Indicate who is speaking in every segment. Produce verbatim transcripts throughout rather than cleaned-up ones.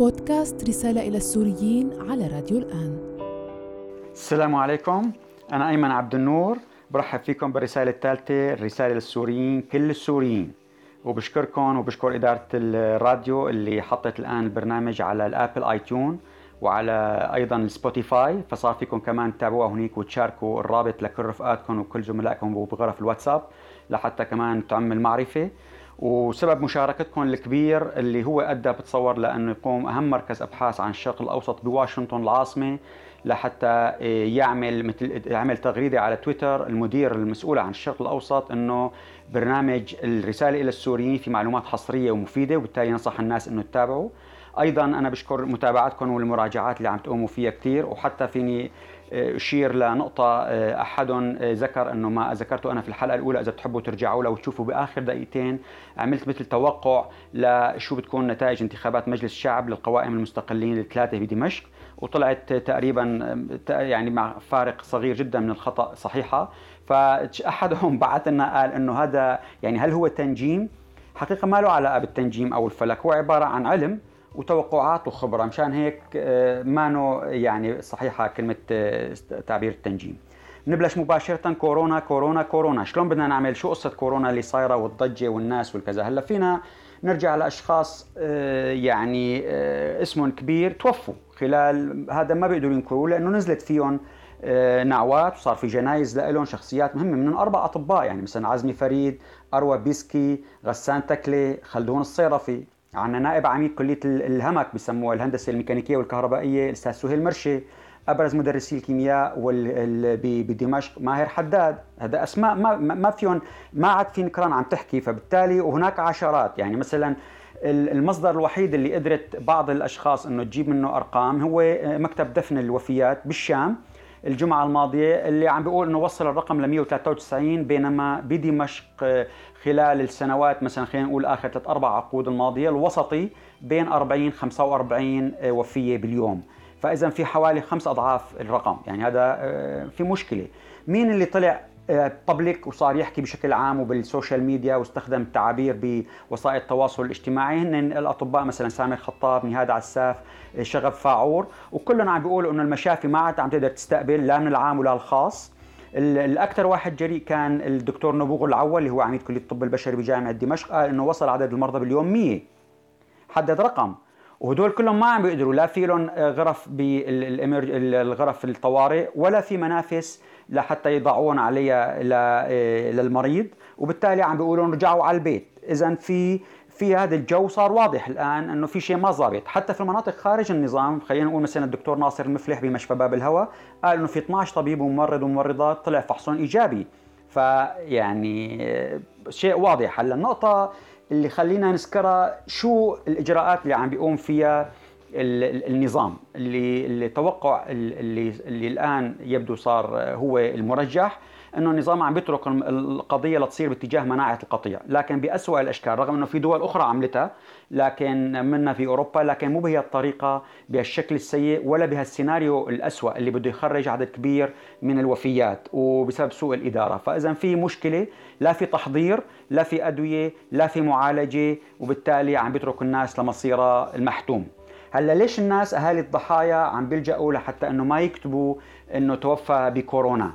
Speaker 1: بودكاست رسالة إلى السوريين على راديو الآن.
Speaker 2: السلام عليكم، أنا أيمن عبد النور، برحب فيكم بالرسالة الثالثة، الرسالة للسوريين كل السوريين، وبشكركم وبشكر إدارة الراديو اللي حطت الآن البرنامج على الآبل آي تيون وعلى أيضا السبوتيفاي، فصار فيكم كمان تتابعوها هناك وتشاركوا الرابط لكل رفقاتكم وكل زملائكم بغرف الواتساب لحتى كمان تعم المعرفة. وسبب مشاركتكم الكبير اللي هو أدى بتصور لأنه يقوم أهم مركز أبحاث عن الشرق الأوسط بواشنطن العاصمة لحتى يعمل مثل يعمل تغريدة على تويتر المدير المسؤول عن الشرق الأوسط إنه برنامج الرسالة إلى السوريين في معلومات حصرية ومفيدة، وبالتالي نصح الناس إنه يتابعوا. أيضا أنا بشكر متابعتكم والمراجعات اللي عم تقوموا فيها كتير، وحتى فيني أشير لنقطة أحدهم ذكر أنه ما ذكرته أنا في الحلقة الأولى، إذا بتحبوا ترجعوا له وتشوفوا بآخر دقيقتين عملت مثل توقع لشو بتكون نتائج انتخابات مجلس الشعب للقوائم المستقلين الثلاثة بدمشق، وطلعت تقريبا يعني مع فارق صغير جدا من الخطأ صحيحة. فأحدهم بعث لنا قال أنه هذا يعني هل هو تنجيم؟ حقيقة ما له علاقة بالتنجيم أو الفلك، هو عبارة عن علم وتوقعات وخبرة، مشان هيك ما نو يعني صحيحة كلمة تعبير التنجيم. نبلش مباشرة. كورونا كورونا كورونا، شلون بدنا نعمل؟ شو قصة كورونا اللي صايرة والضجة والناس والكذا؟ هلا فينا نرجع لأشخاص يعني اسمهم كبير توفوا خلال هذا، ما بيقدروا ينكروا لأنه نزلت فيهم نعوات وصار في جنايز لهم شخصيات مهمة من أربع أطباء، يعني مثلا عزمي فريد، أروى بيسكي، غسان تكلي، خلدون الصيرفي. عنا نائب عميد كلية الهمك بسموها الهندسة الميكانيكية والكهربائية الأستاذ سهيل مرشي، أبرز مدرسي الكيمياء بدمشق ماهر حداد. هذا أسماء ما ما فيهم ما عاد في نكران عم تحكي، فبالتالي وهناك عشرات. يعني مثلا المصدر الوحيد اللي قدرت بعض الأشخاص إنه تجيب منه أرقام هو مكتب دفن الوفيات بالشام الجمعة الماضية، اللي عم بيقول إنه وصل الرقم ل مئة وثلاثة وتسعين، بينما بدمشق خلال السنوات مثلا خلينا نقول آخر ثلاث أربع عقود الماضية الوسطي بين أربعين خمسة وأربعين وفية باليوم، فإذا في حوالي خمس أضعاف الرقم. يعني هذا في مشكلة. مين اللي طلع بابليك وصار يحكي بشكل عام وبالسوشيال ميديا واستخدم تعابير بوسائل التواصل الاجتماعي؟ هن الأطباء مثلا سامر خطاب، نهاد عساف، شغب فاعور، وكلهم عم بيقولوا إنه المشافي ما عاد عم تقدر تستقبل لا من العام ولا الخاص. الأكثر واحد جريء كان الدكتور نبوغ العول اللي هو عميد كلية الطب البشري بجامعة دمشق، قال إنه وصل عدد المرضى باليوم مية، حدد رقم، وهدول كلهم ما عم بيقدروا لا في لهم غرف بالغرف الطوارئ ولا في منافس لحتى يضعون عليها للمريض، وبالتالي عم بيقولوا رجعوا على البيت. إذن في في هذا الجو صار واضح الآن أنه في شيء ما ضابط حتى في المناطق خارج النظام. خلينا نقول مثلا الدكتور ناصر المفلح بمشفى باب الهوى قال أنه في اثني عشر طبيب وممرض وممرضات طلع فحصهم إيجابي، فيعني شيء واضح. هلا النقطة اللي خلينا نذكرها شو الإجراءات اللي عم بيقوم فيها النظام، اللي التوقع اللي اللي الآن يبدو صار هو المرجح، انه النظام عم بيترك القضيه لتصير باتجاه مناعه القطيع، لكن بأسوأ الاشكال، رغم انه في دول اخرى عملتها لكن منها في اوروبا، لكن مو بهي الطريقه بهالشكل السيء ولا بهالسيناريو الأسوأ اللي بده يخرج عدد كبير من الوفيات وبسبب سوء الاداره. فاذا في مشكله، لا في تحضير، لا في ادويه، لا في معالجه، وبالتالي عم بيترك الناس لمصيرها المحتوم. هلا ليش الناس اهالي الضحايا عم بيلجأوا لحتى انه ما يكتبوا انه توفى بكورونا؟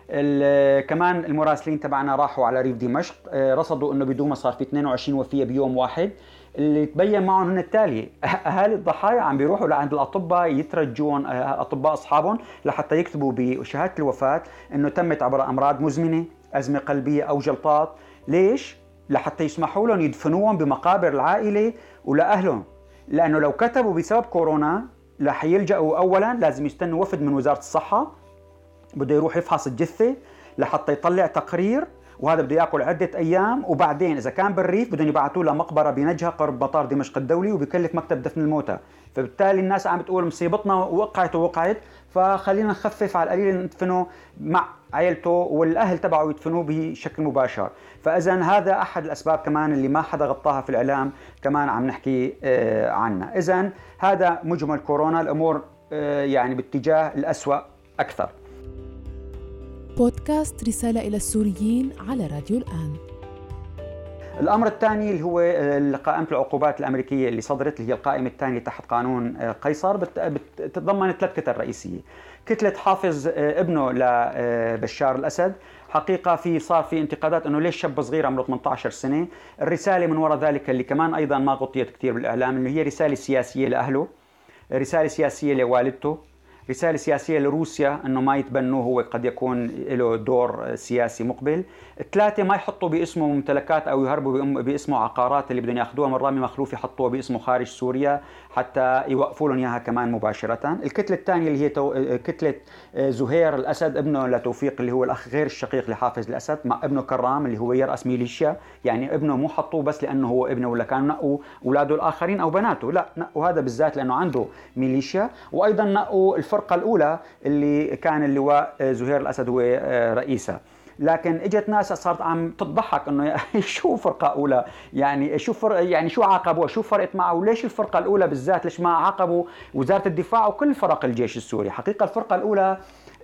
Speaker 2: كمان المراسلين تبعنا راحوا على ريف دمشق، رصدوا انه بدوما صار في اثنين وعشرين وفية بيوم واحد. اللي تبين معهم هن التالي: اهالي الضحايا عم بيروحوا لعند الاطباء يترجون اطباء اصحابهم لحتى يكتبوا بشهاده الوفاه انه تمت عبر امراض مزمنه، ازمه قلبيه او جلطات. ليش؟ لحتى يسمحوا لهم يدفنوهم بمقابر العائله ولاهلهم، لانه لو كتبوا بسبب كورونا رح يلجأوا اولا لازم يستنوا وفد من وزاره الصحه بده يروح يفحص الجثة لحتى يطلع تقرير، وهذا بده ياكل عدة أيام، وبعدين إذا كان بالريف بدهم يبعثوه لمقبرة بنجهة قرب مطار دمشق الدولي وبيكلف مكتب دفن الموتى. فبالتالي الناس عم بتقول مصيبتنا وقعت ووقعت، فخلينا نخفف على القليل ندفنه مع عائلته والأهل تبعه يدفنوه بشكل مباشر. فإذا هذا أحد الأسباب كمان اللي ما حدا غطاها في الإعلام كمان عم نحكي عنها. إذن هذا مجمل كورونا، الأمور يعني باتجاه الأسوأ أكثر.
Speaker 1: بودكاست رسالة إلى السوريين على راديو الآن.
Speaker 2: الأمر الثاني اللي هو قائمة العقوبات الأمريكية اللي صدرت، اللي هي القائمة الثانية تحت قانون قيصر، بتتضمن ثلاث كتل رئيسية. كتلة حافظ ابنه لبشار الأسد. حقيقة في صار في انتقادات أنه ليش شاب صغير عمره ثمانية عشر سنة. الرسالة من وراء ذلك اللي كمان أيضا ما غطيت كثير بالإعلام، أنه هي رسالة سياسية لأهله، رسالة سياسية لوالدته، رسالة سياسية لروسيا أنه ما يتبنوه، هو قد يكون له دور سياسي مقبل. ثلاثة، ما يحطوا باسمه ممتلكات أو يهربوا باسمه عقارات اللي بدهم ياخذوها من رامي مخلوف يحطوها باسمه خارج سوريا حتى يوقفوا لهم إياها كمان مباشرة. الكتلة الثانية اللي هي تو... كتلة زهير الأسد ابنه لتوفيق اللي هو الأخ غير الشقيق لحافظ الأسد، مع ابنه كرام اللي هو يرأس ميليشيا. يعني ابنه مو حطوه بس لأنه هو ابنه، ولا كانوا نقوا أولاده الآخرين أو بناته، لا، نقوا هذا بالذات لأنه عنده ميليشيا. وأيضا نقوا الفرقة الأولى اللي كان اللواء زهير الأسد هو رئيسها. لكن اجت ناس صارت عم تضحك انه شو فرقه اولى، يعني شو فر... يعني شو عاقبوها، شو فرقت معه، وليش الفرقه الاولى بالذات، ليش ما عاقبوا وزاره الدفاع وكل فرق الجيش السوري؟ حقيقه الفرقه الاولى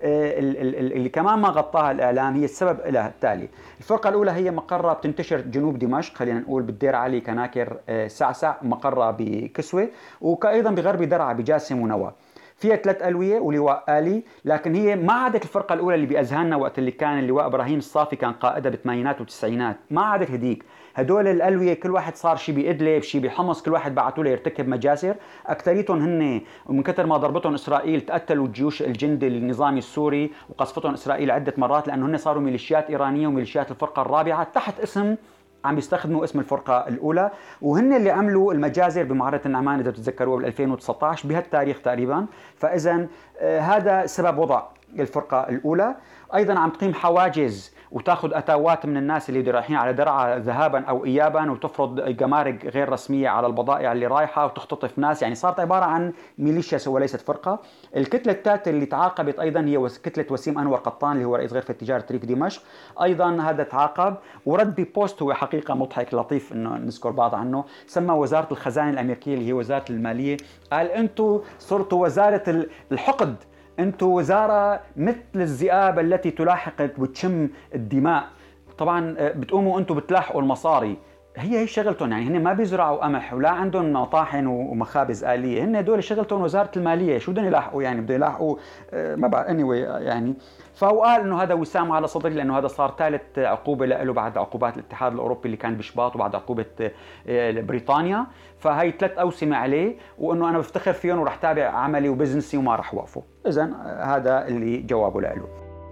Speaker 2: اللي كمان ما غطاها الاعلام هي السبب لها التالي. الفرقه الاولى هي مقرها بتنتشر جنوب دمشق، خلينا نقول بالدير علي كناكر سعسع، مقرها بكسوه، وايضا بغرب درعا بجاسم ونوى. فيها ثلاث ألوية ولواء آلي، لكن هي ما عادت الفرقة الأولى اللي بأذهاننا وقت اللي كان اللواء إبراهيم الصافي كان قائدها بالثمانينات والتسعينات، ما عادت هديك. هدول الألوية كل واحد صار شي بإدلب شي بحمص، كل واحد بعتوا له يرتكب مجازر. أكثريتهم هن من كثر ما ضربتهم إسرائيل تقتلوا الجيوش الجند النظامي السوري وقصفتهم إسرائيل عدة مرات، لأنه هن صاروا ميليشيات إيرانية وميليشيات الفرقة الرابعة تحت اسم عم بيستخدموا اسم الفرقة الأولى، وهن اللي عملوا المجازر بمعركة النعمان إذا تتذكروها بال ألفين وتسعة عشر بهالتاريخ تقريبا. فإذا آه هذا سبب وضع الفرقة الأولى. أيضا عم تقيم حواجز وتاخذ أتاوات من الناس اللي رايحين على درعا ذهابا أو إيابا، وتفرض جمارك غير رسمية على البضائع اللي رايحة وتختطف ناس، يعني صارت عبارة عن ميليشيا وليست فرقة. الكتلة الثالثة اللي تعاقبت أيضا هي كتلة وسيم أنور قطان اللي هو رئيس غرفة تجارة ريف دمشق، أيضا هذا تعاقب ورد ببوست هو حقيقة مضحك لطيف إنه نذكر بعض عنه. سمى وزارة الخزانة الأمريكية اللي هي وزارة المالية، قال أنتم صرتوا وزارة الحقد، أنتم وزارة مثل الذئاب التي تلاحق وتشم الدماء. طبعا بتقوموا أنتم بتلاحقوا المصاري، هي هي شغلتهم، يعني هن ما بيزرعوا قمح ولا عندهم مطاحن ومخابز آلية، هن دول شغلتهم وزارة المالية، شو بدهم يلاحقوا يعني؟ بدهم يلاحقوا ما بعرف anyway يعني. فهو قال انه هذا وسام على صدري، لانه هذا صار ثالث عقوبة له بعد عقوبات الاتحاد الاوروبي اللي كان بشباط وبعد عقوبة بريطانيا، فهي ثلاث أوسمة عليه، وانه انا بفتخر فيهم وراح تابع عملي وبزنسي وما راح وقفه. اذا هذا اللي جوابه له.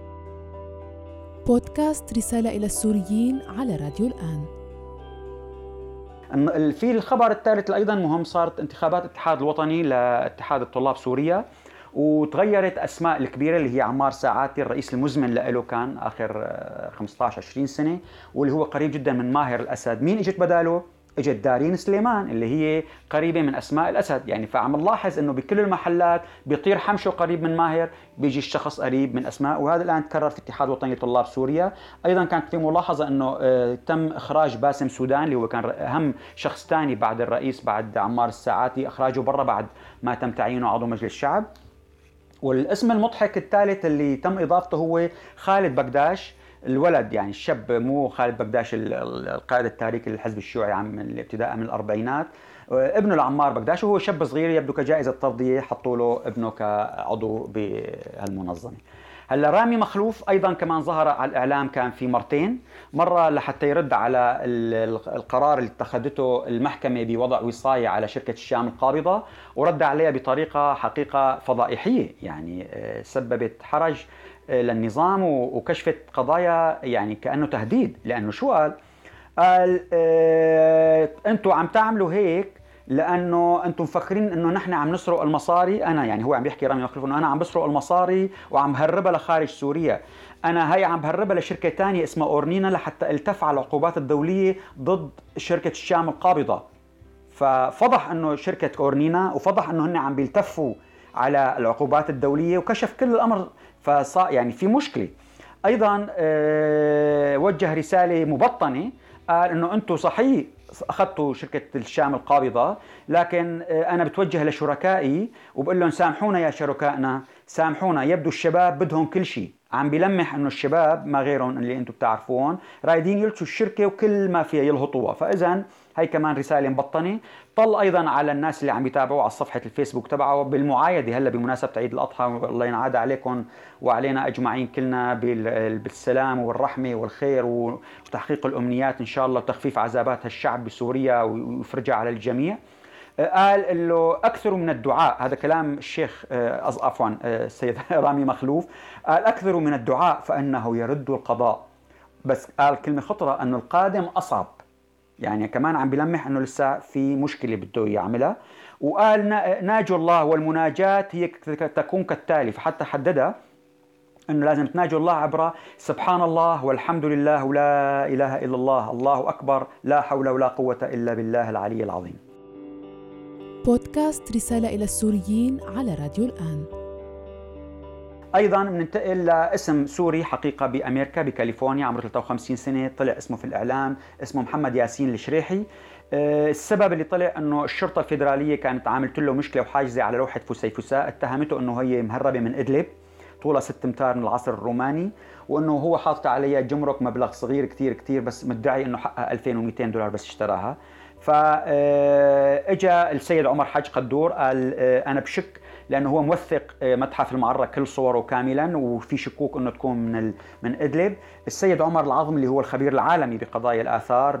Speaker 1: بودكاست رسالة إلى السوريين على راديو الآن.
Speaker 2: في الخبر الثالث أيضا مهم، صارت انتخابات الاتحاد الوطني لاتحاد الطلاب سوريا، وتغيرت أسماء الكبيرة اللي هي عمار ساعاتي الرئيس المزمن له كان آخر خمسة عشر عشرين سنة، واللي هو قريب جدا من ماهر الأسد. مين اجت بداله؟ اجت دارين سليمان اللي هي قريبة من أسماء الأسد. يعني فعم نلاحظ انه بكل المحلات بيطير حمشه قريب من ماهر، بيجي الشخص قريب من أسماء، وهذا الآن تكرر في الاتحاد الوطني لطلاب سوريا. أيضا كانت في ملاحظة انه تم إخراج باسم سودان اللي هو كان أهم شخص ثاني بعد الرئيس بعد عمار الساعاتي، إخراجه برا بعد ما تم تعيينه عضو مجلس الشعب. والاسم المضحك الثالث اللي تم إضافته هو خالد بقداش، الولد يعني الشاب، مو خالد بقداش القائد التاريخي للحزب الشيوعي عام الابتداء من الأربعينات، ابنه لعمار بقداش، وهو شاب صغير يبدو كجائزة ترضية حطوا له ابنه كعضو بهالمنظمة. هلا رامي مخلوف أيضا كمان ظهر على الإعلام، كان في مرتين، مرة لحتى يرد على القرار اللي اتخذته المحكمة بوضع وصاية على شركة الشام القابضة، ورد عليها بطريقة حقيقة فضائحية، يعني سببت حرج للنظام وكشفت قضايا يعني كأنه تهديد. لأنه شو قال؟ قال اه أنتوا عم تعملوا هيك لأنه أنتم مفكرين أنه نحن عم نسرق المصاري. أنا يعني هو عم بيحكي رامي مخلوف أنه أنا عم بسرق المصاري وعم هربها لخارج سوريا، أنا هاي عم بهربها لشركة تانية اسمها أورنينا لحتى التف على العقوبات الدولية ضد شركة الشام القابضة. ففضح أنه شركة أورنينا، وفضح أنه هن عم بيلتفوا على العقوبات الدولية، وكشف كل الأمر. فصار يعني في مشكلة. أيضا أه وجه رسالة مبطنة، قال أنه أنتم صحيح أخذته شركة الشام القابضة، لكن أنا بتوجه لشركائي وبقول لهم سامحونا يا شركائنا، سامحونا، يبدو الشباب بدهم كل شيء. عم بيلمح انه الشباب ما غيرهم اللي انتم بتعرفون رايدين يلتوا الشركه وكل ما فيها يلهطوها. فاذا هي كمان رساله مبطنه. طل ايضا على الناس اللي عم يتابعوا على صفحه الفيسبوك تبعه بالمعايده هلا بمناسبه عيد الاضحى، الله ينعاد عليكم وعلينا اجمعين كلنا بالسلام والرحمه والخير وتحقيق الامنيات ان شاء الله وتخفيف عذابات الشعب بسوريا ويفرجها على الجميع. قال له أكثروا من الدعاء، هذا كلام الشيخ عفوا السيد رامي مخلوف، قال أكثروا من الدعاء فإنه يرد القضاء. بس قال كلمة خطرة أنه القادم أصعب، يعني كمان عم بيلمح أنه لسه في مشكلة بده يعملها. وقال ناجوا الله والمناجات هي تكون كالتالي، فحتى حددها أنه لازم تناجوا الله عبر سبحان الله والحمد لله ولا إله إلا الله، الله أكبر، لا حول ولا قوة إلا بالله العلي العظيم.
Speaker 1: بودكاست رسالة إلى السوريين على راديو الآن.
Speaker 2: أيضاً بننتقل لاسم سوري حقيقة بأمريكا بكاليفورنيا، عمره ثلاثة وخمسين سنة، طلع اسمه في الإعلام، اسمه محمد ياسين الشريحي. السبب اللي طلع أنه الشرطة الفيدرالية كانت عاملت له مشكلة وحاجزة على لوحة فسيفساء، اتهمته أنه هي مهربة من إدلب طولها ست امتار من العصر الروماني، وأنه هو حاطط عليها جمرك مبلغ صغير كتير كتير، بس مدعي أنه حقها ألفين ومئتين دولار بس اشتراها. فاجا السيد عمر حج قدور قال انا بشك، لانه هو موثق متحف المعرة كل صوره كاملا وفي شكوك انه تكون من من ادلب. السيد عمر العظم اللي هو الخبير العالمي بقضايا الاثار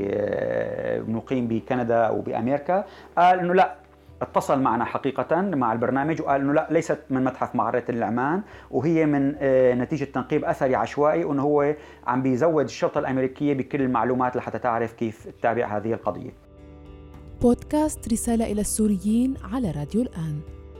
Speaker 2: مقيم بكندا وبامريكا قال انه لا، اتصل معنا حقيقة مع البرنامج وقال انه لا، ليست من متحف معرة النعمان، وهي من نتيجة تنقيب اثري عشوائي، وانه هو عم بيزود الشرطة الامريكية بكل المعلومات لحتى تعرف كيف تتابع هذه القضية.
Speaker 1: بودكاست رسالة إلى السوريين على راديو الآن.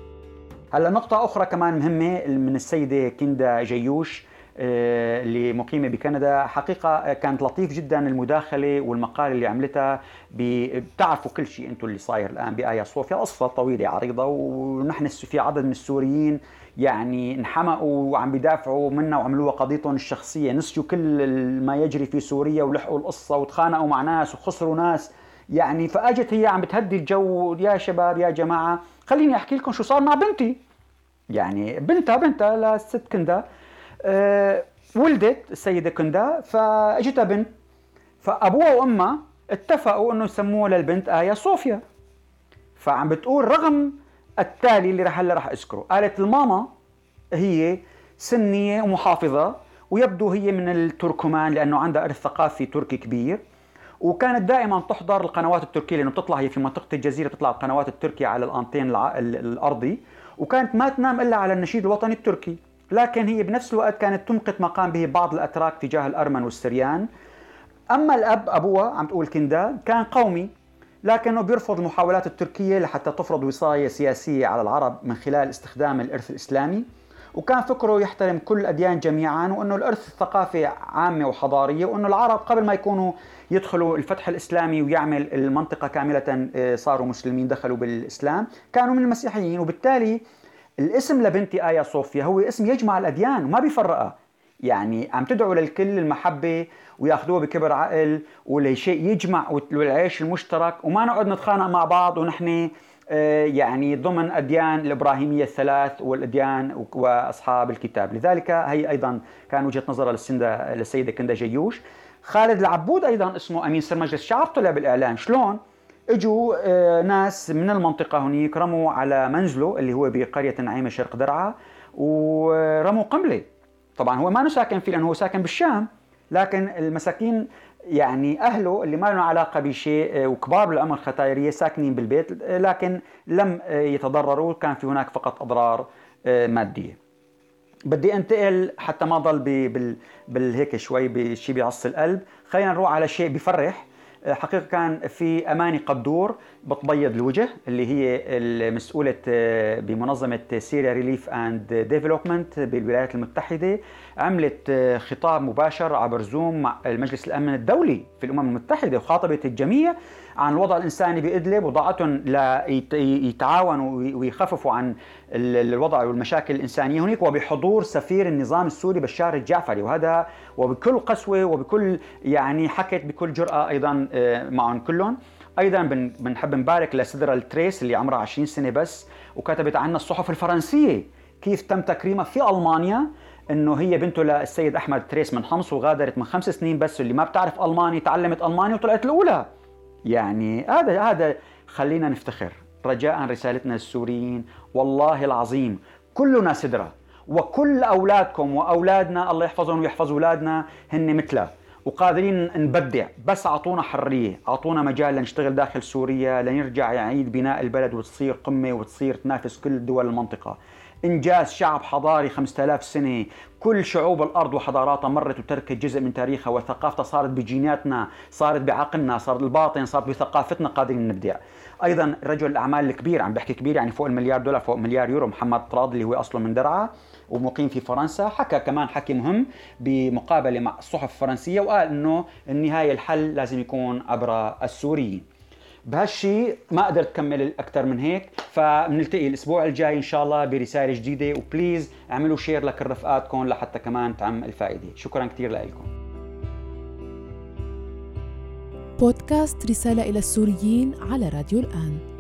Speaker 2: هلا نقطة أخرى كمان مهمة من السيدة كندا جيوش اللي مقيمة بكندا، حقيقة كانت لطيف جدا المداخلة والمقال اللي عملتها. بتعرفوا كل شيء انتم اللي صاير الآن بآيا صوفيا، قصة طويلة عريضة، ونحن في عدد من السوريين يعني انحمقوا وعم بيدافعوا منها وعملوها قضيتهم الشخصية، نسيوا كل ما يجري في سوريا ولحقوا القصة وتخانقوا مع ناس وخسروا ناس يعني. فأجت هي عم بتهدي الجو، يا شباب يا جماعة خليني أحكي لكم شو صار مع بنتي. يعني بنتها بنتها لست كندا أه ولدت السيدة كندا، فاجتها بنت، فأبوها وأمها اتفقوا أنه يسموها للبنت آيا صوفيا. فعم بتقول رغم التالي اللي رح هلا رح أذكره، قالت الماما هي سنية ومحافظة ويبدو هي من التركمان لأنه عندها إرث ثقافي تركي كبير، وكانت دائما تحضر القنوات التركية لأنه بتطلع هي في منطقة الجزيرة، بتطلع القنوات التركية على الأنتين الأرضي، وكانت ما تنام إلا على النشيد الوطني التركي. لكن هي بنفس الوقت كانت تمقت ما قام به بعض الأتراك تجاه الأرمن والسريان. أما الأب أبوها عم تقول كندا كان قومي، لكنه بيرفض المحاولات التركية لحتى تفرض وصاية سياسية على العرب من خلال استخدام الإرث الإسلامي، وكان فكره يحترم كل الأديان جميعا، وأنه الإرث الثقافي عامة وحضارية، وأنه العرب قبل ما يكونوا يدخلوا الفتح الإسلامي ويعمل المنطقة كاملة صاروا مسلمين دخلوا بالإسلام، كانوا من المسيحيين. وبالتالي الاسم لبنتي آيا صوفيا هو اسم يجمع الأديان وما بيفرقها، يعني عم تدعو للكل المحبة وياخذوها بكبر عقل ولشيء يجمع والعيش المشترك، وما نقعد نتخانق مع بعض ونحن يعني ضمن أديان الإبراهيمية الثلاث والأديان وأصحاب الكتاب. لذلك هي أيضا كان وجهة نظرها للسندة للسيدة كندا جيوش. خالد العبود أيضا اسمه أمين سر مجلس الشعب طلع بالإعلام. شلون؟ اجوا ناس من المنطقة هنيك رموا على منزله اللي هو بقرية نعيمة شرق درعا ورموا قنبلة. طبعا هو ما ساكن فيه لأنه هو ساكن بالشام، لكن المساكين يعني أهله اللي ما لهم علاقة بشيء وكبار بالعمر ختايرية ساكنين بالبيت، لكن لم يتضرروا، كان في هناك فقط أضرار مادية. بدي انتقل حتى ما ضل بالهيك شوي بشيء بيعص القلب، خلينا نروح على شيء بيفرح. حقيقة كان في أماني قدور بتبيض الوجه اللي هي المسؤولة بمنظمة سيريا ريليف أند ديفلوبمنت بالولايات المتحدة، عملت خطاب مباشر عبر زوم مع المجلس الأمن الدولي في الأمم المتحدة وخاطبت الجميع عن الوضع الإنساني بإدلب وضعتهم ليتعاونوا ويخففوا عن الوضع والمشاكل الإنسانية هناك، وبحضور سفير النظام السوري بشار الجعفري، وهذا وبكل قسوة وبكل يعني حكت بكل جرأة أيضا معهم كلهم. أيضا بنحب نبارك لسدرا التريس اللي عمرها عشرين سنة بس، وكتبت عنها الصحف الفرنسية كيف تم تكريمها في ألمانيا، انه هي بنته للسيد احمد تريس من حمص، وغادرت من خمس سنين بس، اللي ما بتعرف الماني تعلمت الماني وطلعت الاولى. يعني هذا هذا خلينا نفتخر. رجاء رسالتنا للسوريين والله العظيم كلنا سدرة، وكل اولادكم واولادنا الله يحفظهم ويحفظ اولادنا هن مثله وقادرين نبدع، بس اعطونا حريه، اعطونا مجال لنشتغل داخل سوريا لنرجع يعيد بناء البلد وتصير قمه وتصير تنافس كل دول المنطقه. إنجاز شعب حضاري خمسة آلاف سنة، كل شعوب الأرض وحضاراتها مرت وتركت جزء من تاريخها، وثقافتها صارت بجيناتنا، صارت بعقلنا، صارت الباطن، صارت بثقافتنا قادرين نبدع. أيضا رجل الأعمال الكبير، عم بحكي كبير يعني فوق المليار دولار، فوق مليار يورو، محمد طراد اللي هو أصله من درعا ومقيم في فرنسا، حكى كمان حكي مهم بمقابلة مع الصحف الفرنسية، وقال إنه النهاية الحل لازم يكون عبر السوريين. بهالشي ما قدرت أكمل أكثر من هيك، فبنلتقي الأسبوع الجاي إن شاء الله برسالة جديدة، وبليز اعملوا شير لكل رفقاتكم لحتى كمان تعم الفائدة. شكرا كثير لكم.
Speaker 1: بودكاست رسالة إلى السوريين على راديو الآن.